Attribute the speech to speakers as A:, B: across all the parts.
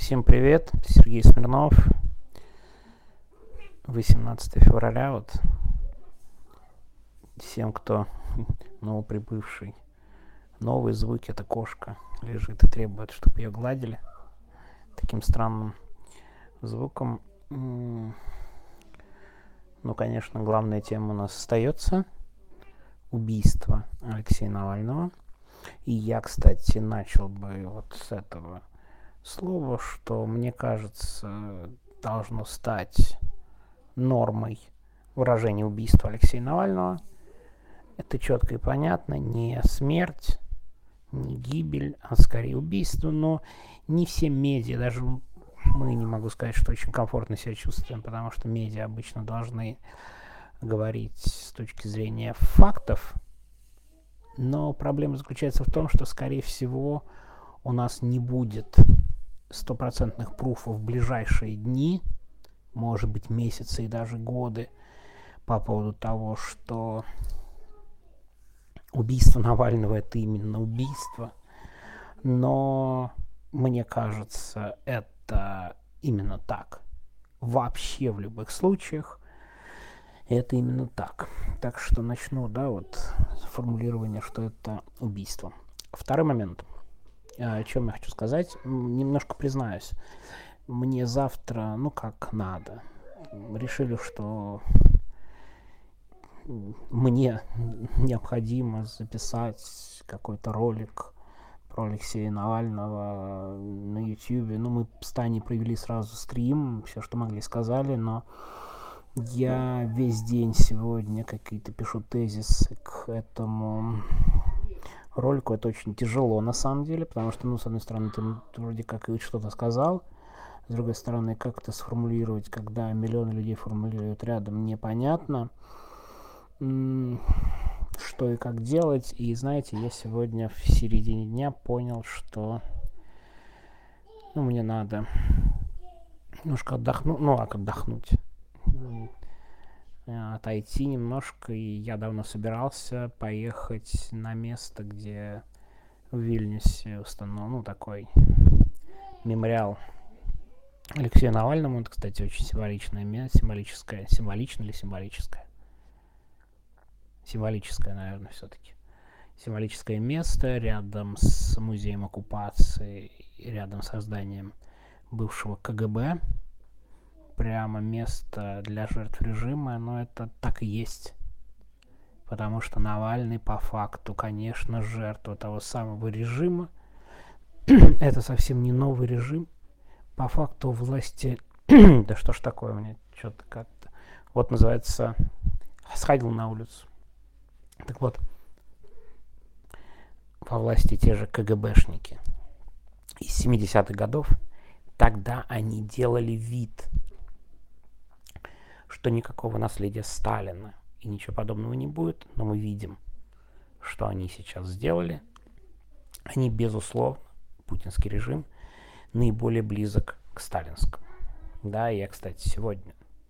A: Всем привет, Сергей Смирнов. 18 февраля. Всем, кто новоприбывший. Новый звук — это кошка лежит и требует, чтобы ее гладили таким странным звуком. Конечно, главная тема у нас остается — убийство Алексея Навального. И я, кстати, начал бы с этого слова, что, мне кажется, должно стать нормой выражение убийства Алексея Навального. Это четко и понятно. Не смерть, не гибель, а скорее убийство. Но не все медиа, даже мы, не могу сказать, что очень комфортно себя чувствуем, потому что медиа обычно должны говорить с точки зрения фактов. Но проблема заключается в том, что, скорее всего, у нас не будет стопроцентных пруфов в ближайшие дни, может быть, месяцы и даже годы, по поводу того, что убийство Навального — это именно убийство. Но мне кажется, это именно так. Вообще в любых случаях это именно так. Так что начну, с формулирования, что это убийство. Второй момент, о чем я хочу сказать, немножко признаюсь. Мне завтра, как надо. Решили, что мне необходимо записать какой-то ролик про Алексея Навального на YouTube. Мы с Таней провели сразу стрим, все, что могли, сказали, но я весь день сегодня какие-то пишу тезисы к этому ролику. Это очень тяжело, на самом деле, потому что, с одной стороны, ты вроде как и что-то сказал, с другой стороны, как это сформулировать, когда миллионы людей формулируют рядом, непонятно, что и как делать. И знаете, я сегодня в середине дня понял, что мне надо немножко отдохнуть, отойти немножко. И я давно собирался поехать на место, где в Вильнюсе установлен такой мемориал Алексею Навальному. Это, кстати, очень символичное место, символическое, наверное, все-таки. Символическое место рядом с музеем оккупации, рядом с зданием бывшего КГБ. Прямо место для жертв режима, но это так и есть. Потому что Навальный по факту, конечно, жертва того самого режима. Это совсем не новый режим. По факту власти... Да что ж такое, мне что-то как-то... называется... Сходил на улицу. Так вот, во власти те же КГБшники из 70-х годов. Тогда они делали вид, что никакого наследия Сталина и ничего подобного не будет. Но мы видим, что они сейчас сделали. Они, безусловно, путинский режим, наиболее близок к сталинскому. Да, я, кстати, сегодня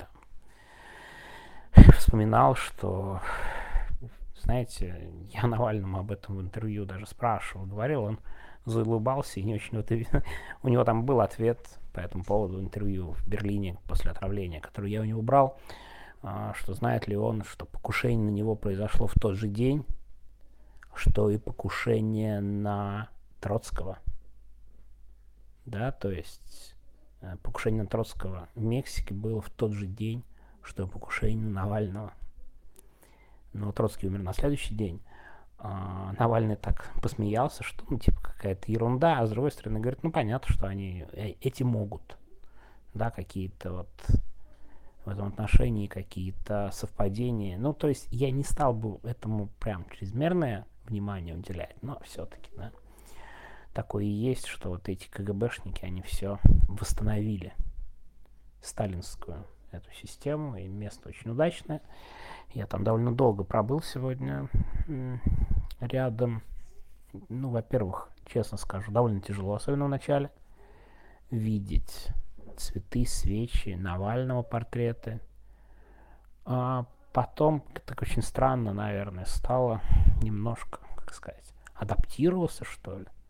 A: вспоминал, что, знаете, я Навальному об этом в интервью даже спрашивал, говорил, он заулыбался и не очень у него там был ответ по этому поводу интервью в Берлине после отравления, которое я у него брал, что знает ли он, что покушение на него произошло в тот же день, что и покушение на Троцкого. Да, то есть покушение на Троцкого в Мексике было в тот же день, что и покушение на Навального. Но Троцкий умер на следующий день. Навальный так посмеялся, что, какая-то ерунда, а с другой стороны, говорит, понятно, что они эти могут, да, какие-то в этом отношении какие-то совпадения. То есть я не стал бы этому прям чрезмерное внимание уделять, но все-таки, да, такое и есть, что эти КГБшники, они все восстановили сталинскую эту систему, и место очень удачное. Я там довольно долго пробыл сегодня рядом. Во-первых, честно скажу, довольно тяжело, особенно в начале, видеть цветы, свечи, Навального портреты. А потом так очень странно, наверное, стало немножко, адаптировался, что ли.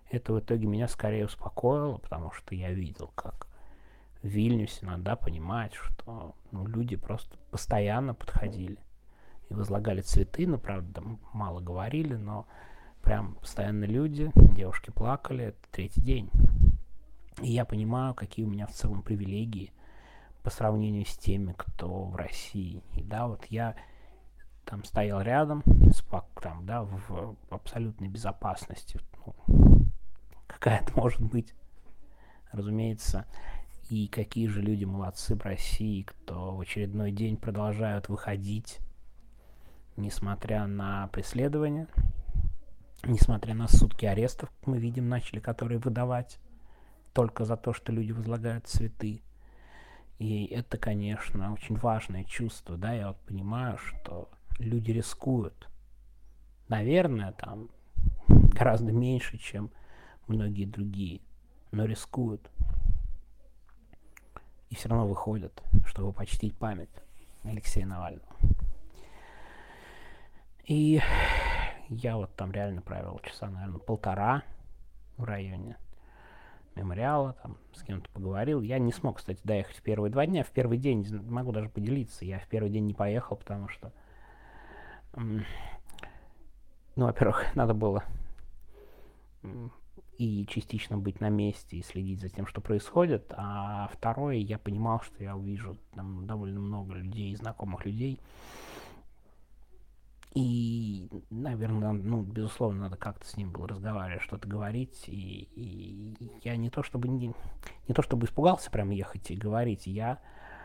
A: Это в итоге меня скорее успокоило, потому что я видел, как в Вильнюсе надо понимать, что люди просто постоянно подходили и возлагали цветы, ну, правда, мало говорили, но прям постоянно люди, девушки плакали, это третий день. И я понимаю, какие у меня в целом привилегии по сравнению с теми, кто в России. И да, вот я там стоял рядом, там, да, в абсолютной безопасности, какая-то может быть, разумеется. И какие же люди молодцы в России, кто в очередной день продолжают выходить, несмотря на преследование, несмотря на сутки арестов, как мы видим, начали, которые выдавать только за то, что люди возлагают цветы. И это, конечно, очень важное чувство, да, я вот понимаю, что люди рискуют. Наверное, там гораздо меньше, чем многие другие, но рискуют. И все равно выходят, чтобы почтить память Алексея Навального. И я вот там реально провел часа, наверное, полтора в районе мемориала, там с кем-то поговорил. Я не смог, кстати, доехать в первые 2 дня. В первый день, могу даже поделиться, я в первый день не поехал, потому что, ну, во-первых, надо было и частично быть на месте и следить за тем, что происходит, а второе, я понимал, что я увижу там довольно много людей, знакомых людей, и, наверное, ну, безусловно, надо как-то с ним было разговаривать, что-то говорить, и я не то чтобы испугался прям ехать и говорить, я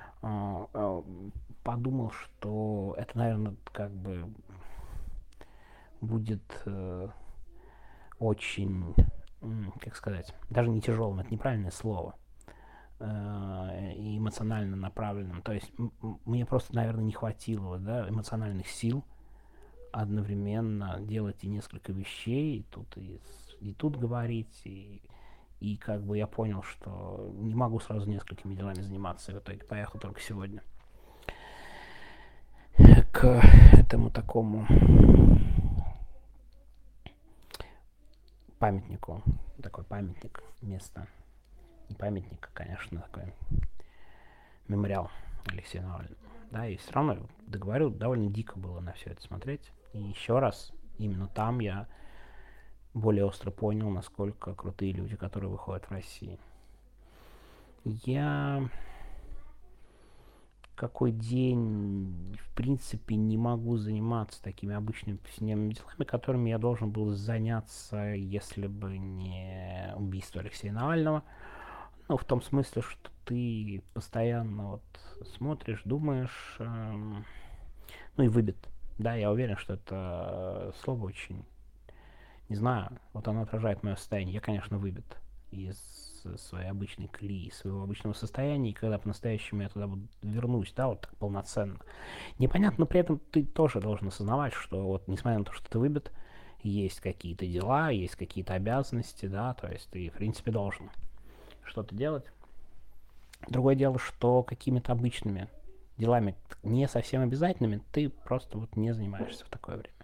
A: подумал, что это, наверное, как бы будет очень, как сказать, даже не тяжелым, это неправильное слово, и эмоционально направленным. То есть мне просто, наверное, не хватило, да, эмоциональных сил одновременно делать и несколько вещей, и тут говорить, и как бы я понял, что не могу сразу несколькими делами заниматься, и в итоге поехал только сегодня к этому такому памятнику, такой памятник, место, не памятник, конечно, такой мемориал Алексея Навального. Да, и все равно, договорю, довольно дико было на все это смотреть. И еще раз, именно там я более остро понял, насколько крутые люди, которые выходят в России. Я какой день, в принципе, не могу заниматься такими обычными повседневными делами, которыми я должен был заняться, если бы не убийство Алексея Навального. Ну, в том смысле, что ты постоянно вот смотришь, думаешь, ну и выбит. Да, я уверен, что это слово очень, не знаю, вот оно отражает мое состояние. Я, конечно, выбит из своей обычной колеи, своего обычного состояния, и когда по-настоящему я туда вернусь, да, вот так полноценно. Непонятно, но при этом ты тоже должен осознавать, что вот, несмотря на то, что ты выбит, есть какие-то дела, есть какие-то обязанности, да, то есть ты, в принципе, должен что-то делать. Другое дело, что какими-то обычными делами, не совсем обязательными, ты просто вот не занимаешься в такое время.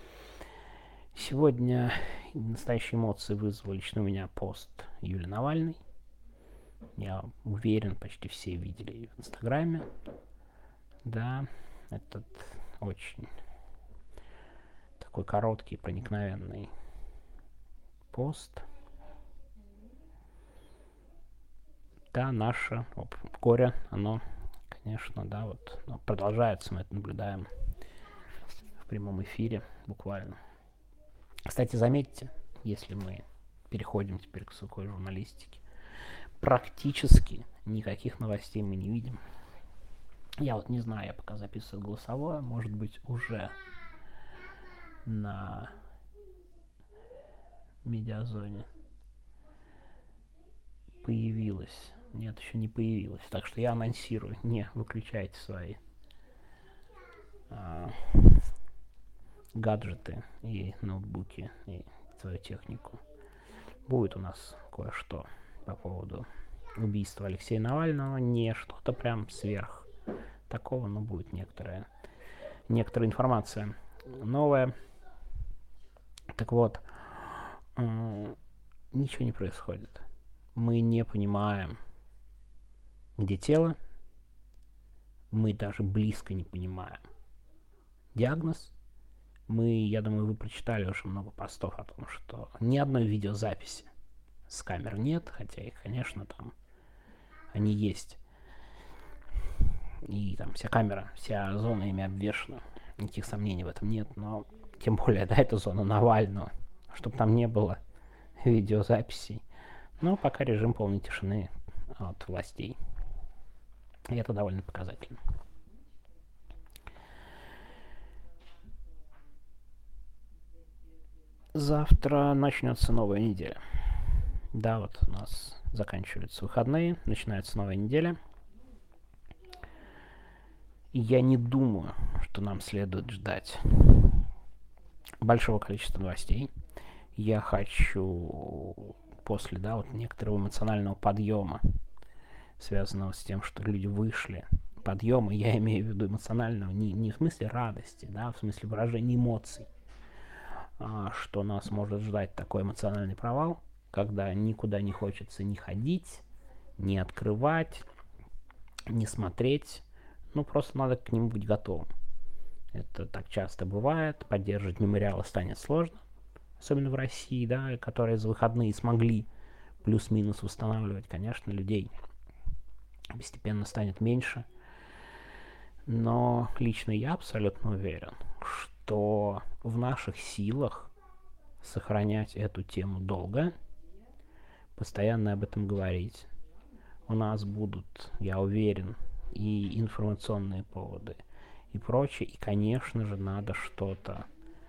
A: Сегодня настоящие эмоции вызвал лично у меня пост Юлии Навальной. Я уверен, почти все видели ее в Инстаграме. Да, этот очень такой короткий, проникновенный пост. Да, наше горе, оно, конечно, да, вот продолжается, мы это наблюдаем в прямом эфире буквально. Кстати, заметьте, если мы переходим теперь к сухой журналистике, практически никаких новостей мы не видим. Я вот не знаю, я пока записываю голосовое, может быть, уже на медиазоне появилась. Нет, еще не появилась. Так что я анонсирую, не выключайте свои гаджеты и ноутбуки, и свою технику. Будет у нас кое-что по поводу убийства Алексея Навального. Не что-то прям сверх такого, но будет некоторая информация новая. Так вот, ничего не происходит. Мы не понимаем, где тело, мы даже близко не понимаем диагноз. Я думаю, вы прочитали уже много постов о том, что ни одной видеозаписи с камер нет, хотя их, конечно, там они есть. И там вся камера, вся зона ими обвешена. Никаких сомнений в этом нет, но тем более, да, это зона Навального, чтобы там не было видеозаписей. Но пока режим полной тишины от властей. И это довольно показательно. Завтра начнется новая неделя. Да, вот у нас заканчиваются выходные, начинается новая неделя. И я не думаю, что нам следует ждать большого количества новостей. Я хочу после, да, вот некоторого эмоционального подъема, связанного с тем, что люди вышли. Подъема, я имею в виду эмоционального, не в смысле радости, да, в смысле выражения эмоций. Что нас может ждать такой эмоциональный провал, когда никуда не хочется ни ходить, ни открывать, ни смотреть. Ну, просто надо к нему быть готовым. Это так часто бывает. Поддерживать мемориалы станет сложно. Особенно в России, да, которые за выходные смогли плюс-минус восстанавливать. Конечно, людей постепенно станет меньше. Но лично я абсолютно уверен, что в наших силах сохранять эту тему долго, постоянно об этом говорить. У нас будут, я уверен, и информационные поводы, и прочее. И, конечно же, надо что-то...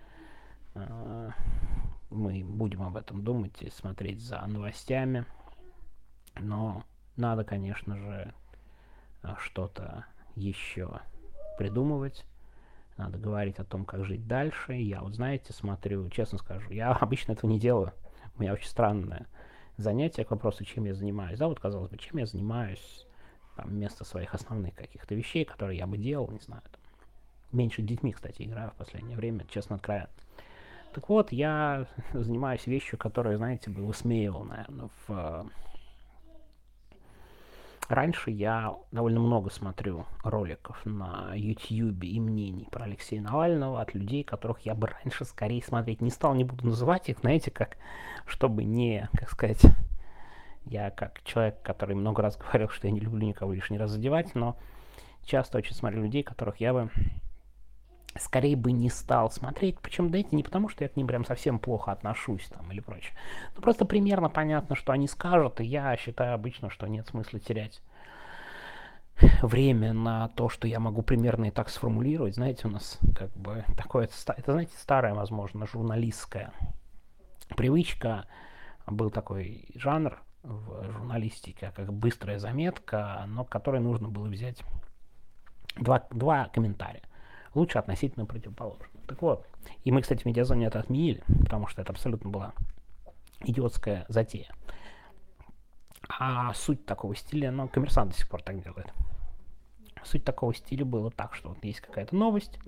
A: Мы будем об этом думать и смотреть за новостями. Но надо, конечно же, что-то еще придумывать. Надо говорить о том, как жить дальше. Я вот, знаете, смотрю, честно скажу, я обычно этого не делаю. У меня очень странное занятие к вопросу, чем я занимаюсь. Да, вот, казалось бы, чем я занимаюсь там, вместо своих основных каких-то вещей, которые я бы делал, не знаю. Там. Меньше с детьми, кстати, играю в последнее время, честно, откровенно. Так вот, я занимаюсь вещью, которую, знаете, бы высмеивал, наверное, Раньше я довольно много смотрю роликов на YouTube и мнений про Алексея Навального от людей, которых я бы раньше скорее смотреть не стал, не буду называть их, знаете, как, чтобы не, как сказать, я как человек, который много раз говорил, что я не люблю никого лишний раз задевать, но часто очень смотрю людей, которых я бы скорее бы не стал смотреть, причем, да, это не потому, что я к ним прям совсем плохо отношусь там или прочее. Ну, просто примерно понятно, что они скажут, и я считаю обычно, что нет смысла терять время на то, что я могу примерно и так сформулировать. Знаете, у нас как бы такое, это, знаете, старая, возможно, журналистская привычка. Был такой жанр в журналистике, как быстрая заметка, но к которой нужно было взять два комментария. Лучше относительно противоположно. Так вот, и мы, кстати, в медиазоне это отменили, потому что это абсолютно была идиотская затея. А суть такого стиля, ну, Коммерсант до сих пор так делает. Суть такого стиля была так, что вот есть какая-то новость,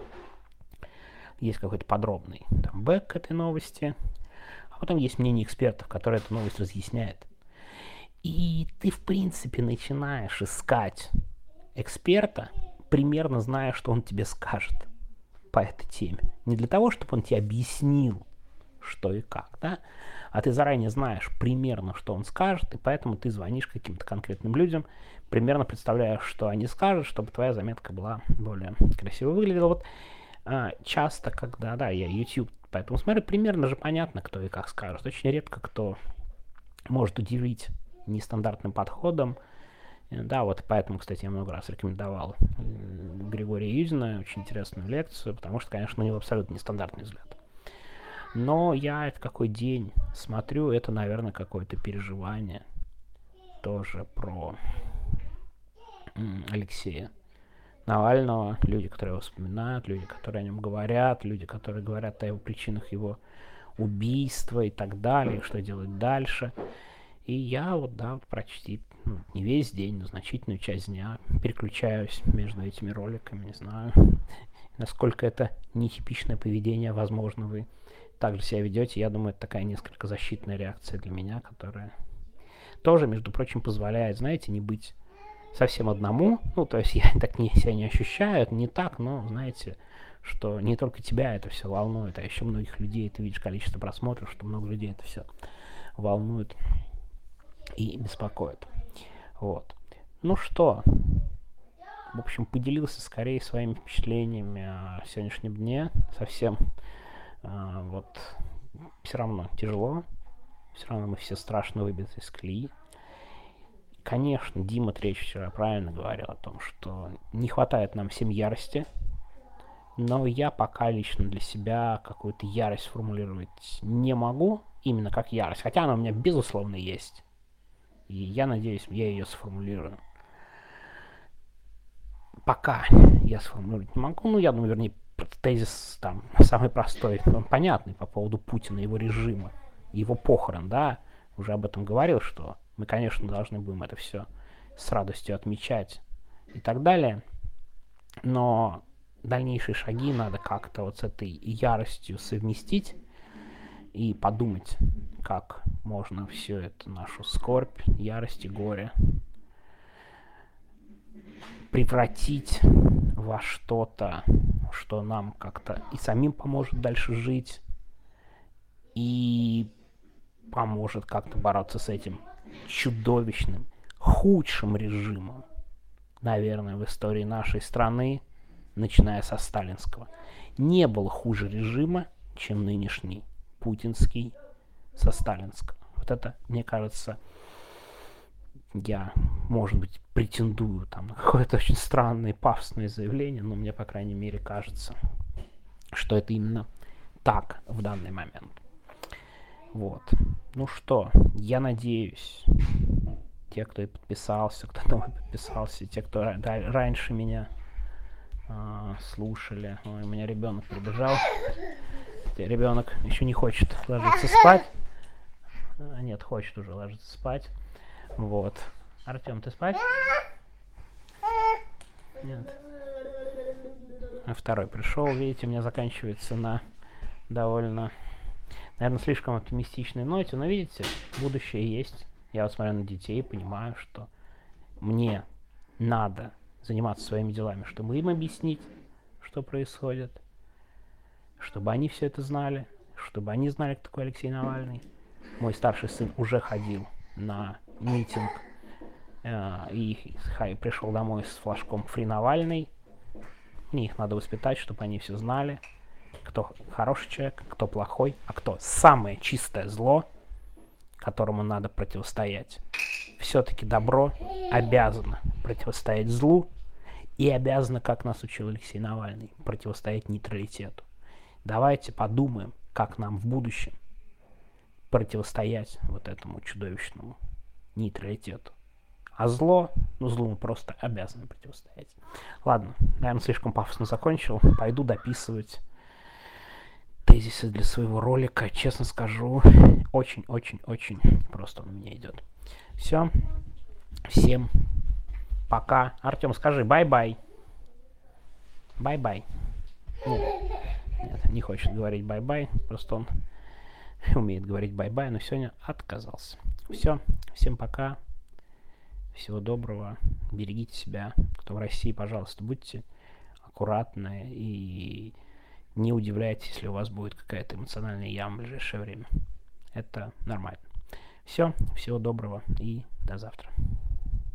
A: есть какой-то подробный там бэк к этой новости, а потом есть мнение экспертов, которые эту новость разъясняет. И ты, в принципе, начинаешь искать эксперта, примерно зная, что он тебе скажет по этой теме. Не для того, чтобы он тебе объяснил, что и как, да, а ты заранее знаешь примерно, что он скажет, и поэтому ты звонишь каким-то конкретным людям, примерно представляешь, что они скажут, чтобы твоя заметка была более красиво выглядела. Вот часто, когда, да, я YouTube поэтому смотрю, примерно же понятно, кто и как скажет. Очень редко кто может удивить нестандартным подходом. Да, вот поэтому, кстати, я много раз рекомендовал Григория Юдина, очень интересную лекцию, потому что, конечно, у него абсолютно нестандартный взгляд. Но я это какой день смотрю, это, наверное, какое-то переживание тоже про Алексея Навального. Люди, которые его вспоминают, люди, которые о нем говорят, люди, которые говорят о его причинах его убийства и так далее, что делать дальше. И я вот, да, вот почти не весь день, но значительную часть дня переключаюсь между этими роликами, не знаю, насколько это нетипичное поведение, возможно, вы так же себя ведете, я думаю, это такая несколько защитная реакция для меня, которая тоже, между прочим, позволяет, знаете, не быть совсем одному. Ну, то есть я так себя не ощущаю, это не так, но, знаете, что не только тебя это все волнует, а еще многих людей, ты видишь количество просмотров, что много людей это все волнует и беспокоит. Вот. Ну что, в общем, поделился скорее своими впечатлениями о сегодняшнем дне. Совсем вот все равно тяжело, все равно мы все страшно выбиты из колеи. Конечно, Дима Треч вчера правильно говорил о том, что не хватает нам всем ярости, но я пока лично для себя какую-то ярость формулировать не могу, именно как ярость, хотя она у меня безусловно есть. И я надеюсь, я ее сформулирую. Пока я сформулировать не могу, ну, я думаю, вернее, тезис там самый простой, он понятный по поводу Путина, его режима, его похорон, да, уже об этом говорил, что мы, конечно, должны будем это все с радостью отмечать и так далее, но дальнейшие шаги надо как-то вот с этой яростью совместить и подумать, как можно всю эту нашу скорбь, ярость и горе превратить во что-то, что нам как-то и самим поможет дальше жить, и поможет как-то бороться с этим чудовищным, худшим режимом, наверное, в истории нашей страны, начиная со сталинского. Не было хуже режима, чем нынешний путинский со сталинского. Вот это, мне кажется, я, может быть, претендую там на какое-то очень странное пафосное заявление, но мне, по крайней мере, кажется, что это именно так в данный момент. Вот. Ну что, я надеюсь, те, кто и подписался, кто новый подписался, те, кто раньше меня слушали. Ой, у меня ребенок прибежал. Ребенок еще не хочет ложиться спать. Нет, хочет уже ложиться спать. Вот. Артем, ты спать? Нет. Второй пришел, видите, у меня заканчивается на довольно, наверное, слишком оптимистичной ноте, но видите, будущее есть. Я вот смотрю на детей и понимаю, что мне надо заниматься своими делами, чтобы им объяснить, что происходит, чтобы они все это знали, чтобы они знали, кто такой Алексей Навальный. Мой старший сын уже ходил на митинг и пришел домой с флажком «Фри Навальный». Мне их надо воспитать, чтобы они все знали, кто хороший человек, кто плохой, а кто самое чистое зло, которому надо противостоять. Все-таки добро обязано противостоять злу и обязано, как нас учил Алексей Навальный, противостоять нейтралитету. Давайте подумаем, как нам в будущем противостоять вот этому чудовищному нейтралитету. А зло, ну злу мы просто обязаны противостоять. Ладно, наверное, слишком пафосно закончил. Пойду дописывать тезисы для своего ролика. Честно скажу, очень-очень-очень просто он у меня идет. Все. Всем пока. Артем, скажи бай-бай. Бай-бай. Нет, не хочет говорить бай-бай. Просто он умеет говорить бай-бай, но сегодня отказался. Все. Всем пока. Всего доброго. Берегите себя. Кто в России, пожалуйста, будьте аккуратны и не удивляйтесь, если у вас будет какая-то эмоциональная яма в ближайшее время. Это нормально. Все. Всего доброго и до завтра.